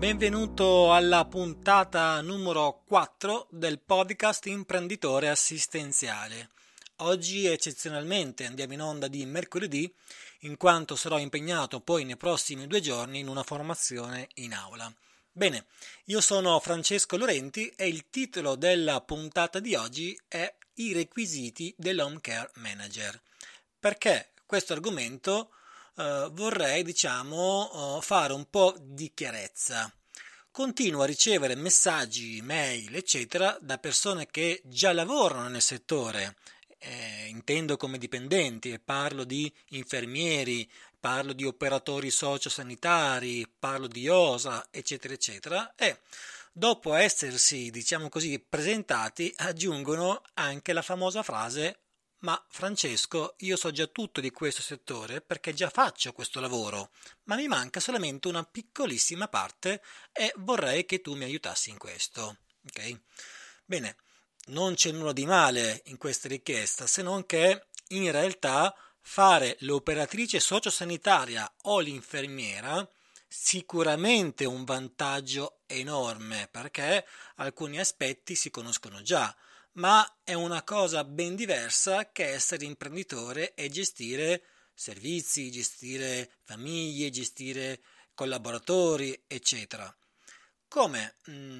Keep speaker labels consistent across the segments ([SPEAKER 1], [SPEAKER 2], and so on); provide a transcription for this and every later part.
[SPEAKER 1] Benvenuto alla puntata numero 4 del podcast Imprenditore Assistenziale. Oggi eccezionalmente andiamo in onda di mercoledì, in quanto sarò impegnato poi nei prossimi 2 giorni in una formazione in aula. Bene, io sono Francesco Lorenti e il titolo della puntata di oggi è I requisiti dell'Home Care Manager. Perché questo argomento vorrei, fare un po' di chiarezza. Continuo a ricevere messaggi, mail, eccetera, da persone che già lavorano nel settore, intendo come dipendenti, e parlo di infermieri, parlo di operatori sociosanitari, parlo di OSA, eccetera, eccetera, e dopo essersi, presentati, aggiungono anche la famosa frase: ma Francesco, io so già tutto di questo settore perché già faccio questo lavoro, ma mi manca solamente una piccolissima parte e vorrei che tu mi aiutassi in questo. Ok? Bene, non c'è nulla di male in questa richiesta, se non che in realtà fare l'operatrice sociosanitaria o l'infermiera sicuramente è un vantaggio enorme perché alcuni aspetti si conoscono già, ma è una cosa ben diversa che essere imprenditore e gestire servizi, gestire famiglie, gestire collaboratori, eccetera. Come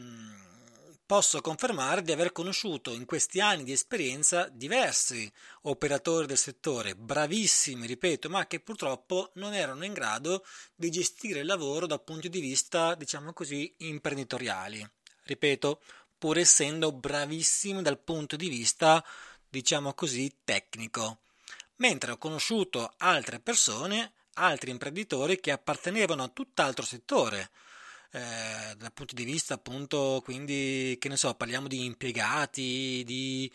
[SPEAKER 1] posso confermare di aver conosciuto in questi anni di esperienza diversi operatori del settore, bravissimi, ripeto, ma che purtroppo non erano in grado di gestire il lavoro dal punto di vista, imprenditoriali. Ripeto, pur essendo bravissimi dal punto di vista, tecnico. Mentre ho conosciuto altre persone, altri imprenditori che appartenevano a tutt'altro settore, dal punto di vista appunto, quindi, che ne so, parliamo di impiegati, di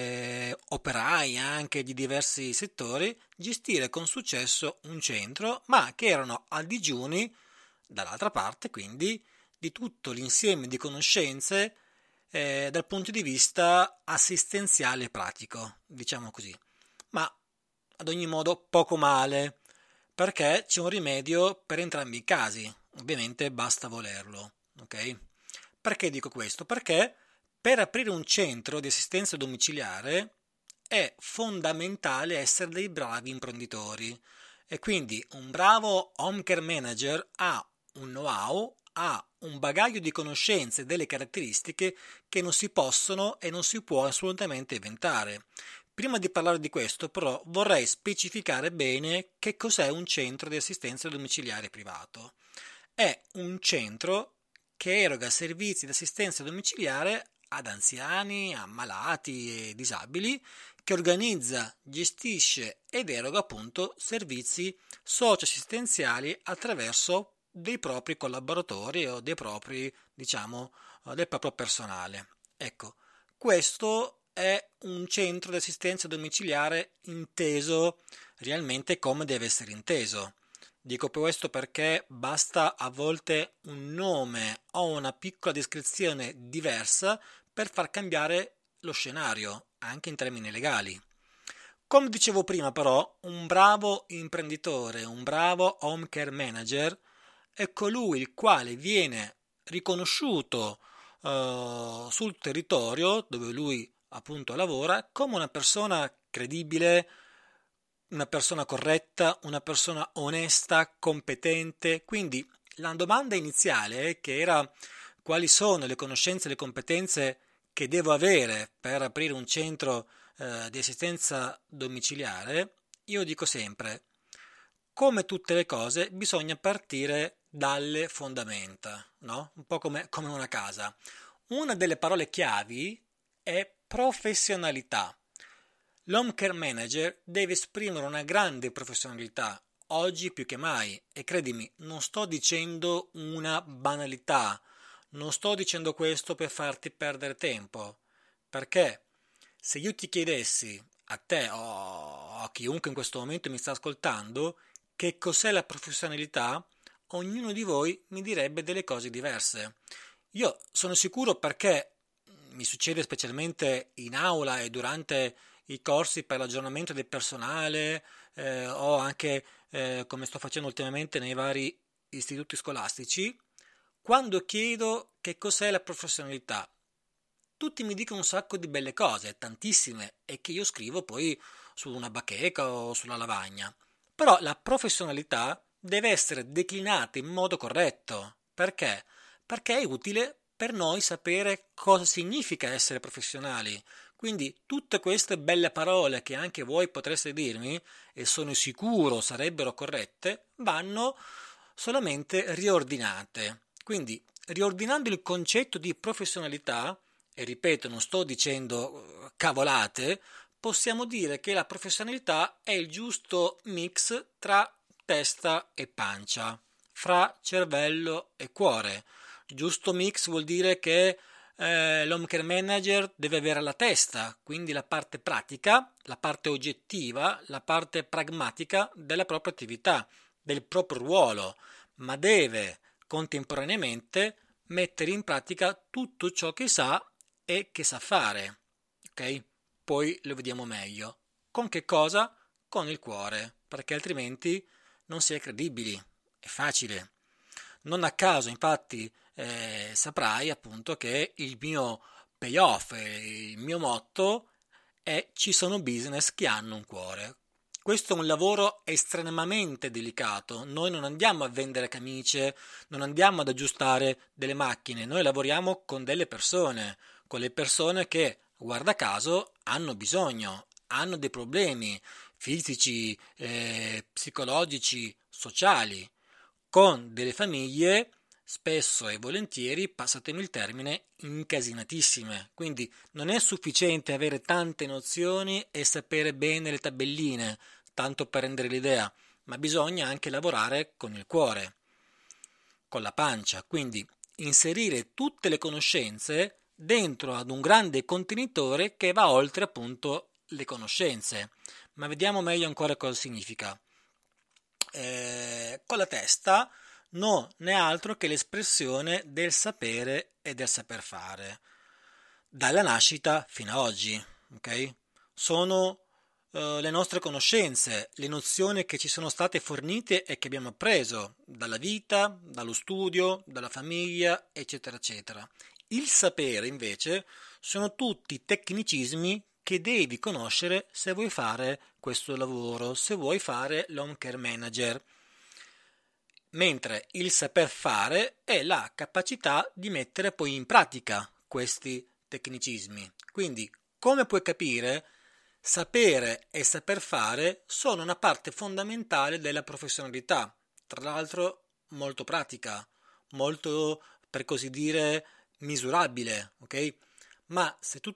[SPEAKER 1] operai anche di diversi settori, gestire con successo un centro, ma che erano al digiuni, dall'altra parte, quindi, di tutto l'insieme di conoscenze dal punto di vista assistenziale e pratico, diciamo così. Ma ad ogni modo poco male, perché c'è un rimedio per entrambi i casi, ovviamente basta volerlo, ok? Perché dico questo? Perché per aprire un centro di assistenza domiciliare è fondamentale essere dei bravi imprenditori e quindi un bravo home care manager ha un know-how, ha un bagaglio di conoscenze e delle caratteristiche che non si possono e non si può assolutamente inventare. Prima di parlare di questo, però, vorrei specificare bene che cos'è un centro di assistenza domiciliare privato. È un centro che eroga servizi di assistenza domiciliare ad anziani, a malati e disabili, che organizza, gestisce ed eroga appunto servizi socioassistenziali attraverso dei propri collaboratori o del proprio personale. Ecco, questo è un centro di assistenza domiciliare inteso realmente come deve essere inteso. Dico questo perché basta a volte un nome o una piccola descrizione diversa per far cambiare lo scenario, anche in termini legali. Come dicevo prima, però, un bravo imprenditore, un bravo home care manager è colui il quale viene riconosciuto sul territorio dove lui appunto lavora come una persona credibile, una persona corretta, una persona onesta, competente. Quindi la domanda iniziale, che era quali sono le conoscenze e le competenze che devo avere per aprire un centro di assistenza domiciliare, io dico sempre, come tutte le cose, bisogna partire dalle fondamenta, no? Un po' come una casa. Una delle parole chiavi è professionalità. L'home care manager deve esprimere una grande professionalità, oggi più che mai, e credimi, non sto dicendo una banalità, non sto dicendo questo per farti perdere tempo, perché se io ti chiedessi a te o a chiunque in questo momento mi sta ascoltando che cos'è la professionalità, ognuno di voi mi direbbe delle cose diverse. Io sono sicuro perché mi succede specialmente in aula e durante i corsi per l'aggiornamento del personale o anche come sto facendo ultimamente nei vari istituti scolastici, quando chiedo che cos'è la professionalità, tutti mi dicono un sacco di belle cose, tantissime, e che io scrivo poi su una bacheca o sulla lavagna. Però la professionalità deve essere declinata in modo corretto. Perché? Perché è utile per noi sapere cosa significa essere professionali. Quindi tutte queste belle parole che anche voi potreste dirmi, e sono sicuro sarebbero corrette, vanno solamente riordinate. Quindi, riordinando il concetto di professionalità, e ripeto, non sto dicendo cavolate, possiamo dire che la professionalità è il giusto mix tra testa e pancia, fra cervello e cuore. Giusto mix vuol dire che l'home care manager deve avere la testa, quindi la parte pratica, la parte oggettiva, la parte pragmatica della propria attività, del proprio ruolo, ma deve contemporaneamente mettere in pratica tutto ciò che sa e che sa fare. Ok? Poi lo vediamo meglio. Con che cosa? Con il cuore, perché altrimenti non si è credibili. È facile. Non a caso, infatti, saprai appunto che il mio payoff, il mio motto è: ci sono business che hanno un cuore. Questo è un lavoro estremamente delicato. Noi non andiamo a vendere camicie, non andiamo ad aggiustare delle macchine, noi lavoriamo con delle persone, con le persone che, guarda caso, hanno bisogno, hanno dei problemi fisici, psicologici, sociali, con delle famiglie spesso e volentieri, passatemi il termine, incasinatissime. Quindi non è sufficiente avere tante nozioni e sapere bene le tabelline, tanto per rendere l'idea, ma bisogna anche lavorare con il cuore, con la pancia, quindi inserire tutte le conoscenze dentro ad un grande contenitore che va oltre appunto le conoscenze. Ma vediamo meglio ancora cosa significa. Con la testa non è altro che l'espressione del sapere e del saper fare, dalla nascita fino ad oggi, ok? Sono le nostre conoscenze, le nozioni che ci sono state fornite e che abbiamo appreso dalla vita, dallo studio, dalla famiglia, eccetera, eccetera. Il sapere, invece, sono tutti tecnicismi che devi conoscere se vuoi fare questo lavoro, se vuoi fare l'home care manager. Mentre il saper fare è la capacità di mettere poi in pratica questi tecnicismi. Quindi, come puoi capire, sapere e saper fare sono una parte fondamentale della professionalità, tra l'altro molto pratica, molto, per così dire, misurabile, ok? Ma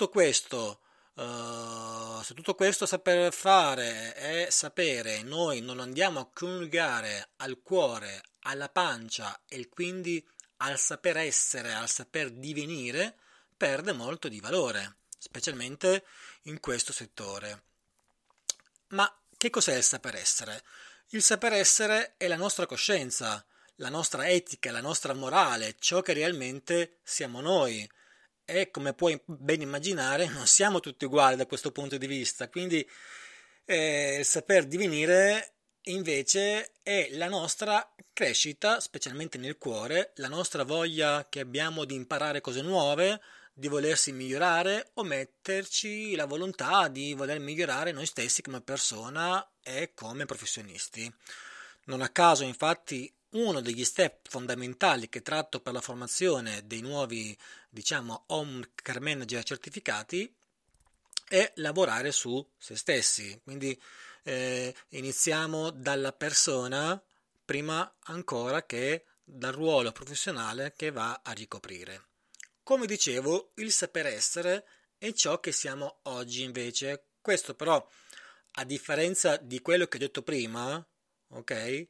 [SPEAKER 1] se tutto questo saper fare e sapere noi non andiamo a coniugare al cuore, alla pancia e quindi al saper essere, al saper divenire, perde molto di valore, specialmente in questo settore. Ma che cos'è il saper essere? Il saper essere è la nostra coscienza, la nostra etica, la nostra morale, ciò che realmente siamo noi. E come puoi ben immaginare, non siamo tutti uguali da questo punto di vista, quindi il saper divenire invece è la nostra crescita, specialmente nel cuore, la nostra voglia che abbiamo di imparare cose nuove, di volersi migliorare o metterci la volontà di voler migliorare noi stessi come persona e come professionisti. Non a caso, infatti, uno degli step fondamentali che tratto per la formazione dei nuovi, diciamo, home care manager certificati è lavorare su se stessi. Quindi iniziamo dalla persona prima ancora che dal ruolo professionale che va a ricoprire. Come dicevo, il saper essere è ciò che siamo oggi invece. Questo però, a differenza di quello che ho detto prima, ok?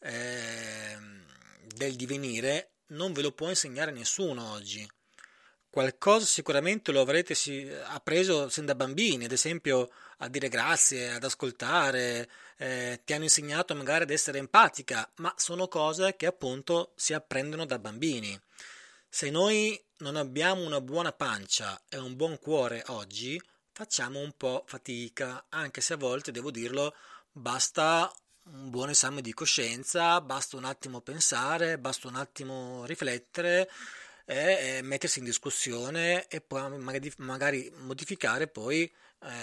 [SPEAKER 1] Del divenire, non ve lo può insegnare nessuno oggi. Qualcosa sicuramente lo avrete appreso sin da bambini, ad esempio a dire grazie, ad ascoltare, ti hanno insegnato magari ad essere empatica, ma sono cose che appunto si apprendono da bambini. Se noi non abbiamo una buona pancia e un buon cuore oggi, facciamo un po' fatica, anche se a volte, devo dirlo, basta un buon esame di coscienza, basta un attimo pensare, basta un attimo riflettere e mettersi in discussione e poi magari modificare poi,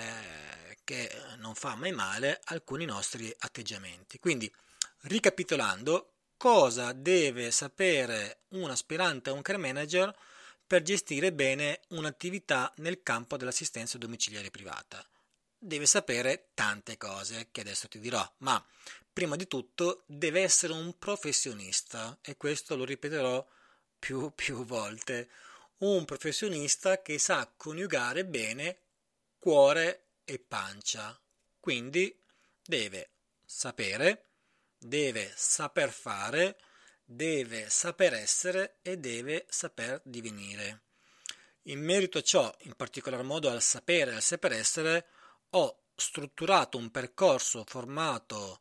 [SPEAKER 1] che non fa mai male, alcuni nostri atteggiamenti. Quindi, ricapitolando, cosa deve sapere un aspirante a un care manager per gestire bene un'attività nel campo dell'assistenza domiciliare privata? Deve sapere tante cose che adesso ti dirò, ma prima di tutto deve essere un professionista, e questo lo ripeterò più volte, un professionista che sa coniugare bene cuore e pancia. Quindi deve sapere, deve saper fare, deve saper essere e deve saper divenire. In merito a ciò, in particolar modo al sapere e al saper essere, ho strutturato un percorso formato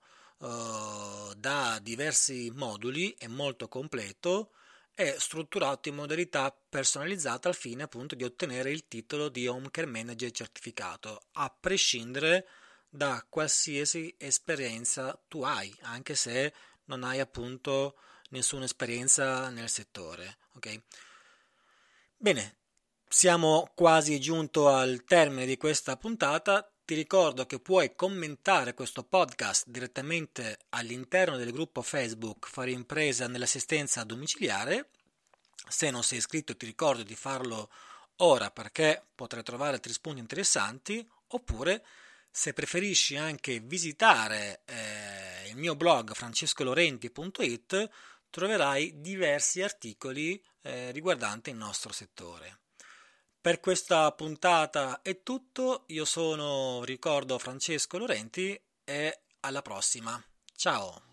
[SPEAKER 1] da diversi moduli e molto completo, e strutturato in modalità personalizzata al fine appunto di ottenere il titolo di Home Care Manager certificato, a prescindere da qualsiasi esperienza tu hai, anche se non hai appunto nessuna esperienza nel settore, ok? Bene, siamo quasi giunti al termine di questa puntata. Ti ricordo che puoi commentare questo podcast direttamente all'interno del gruppo Facebook Fare Impresa nell'assistenza domiciliare. Se non sei iscritto, ti ricordo di farlo ora, perché potrai trovare altri spunti interessanti, oppure se preferisci anche visitare il mio blog francescolorenti.it, troverai diversi articoli riguardanti il nostro settore. Per questa puntata è tutto, io sono, ricordo, Francesco Lorenti, e alla prossima. Ciao!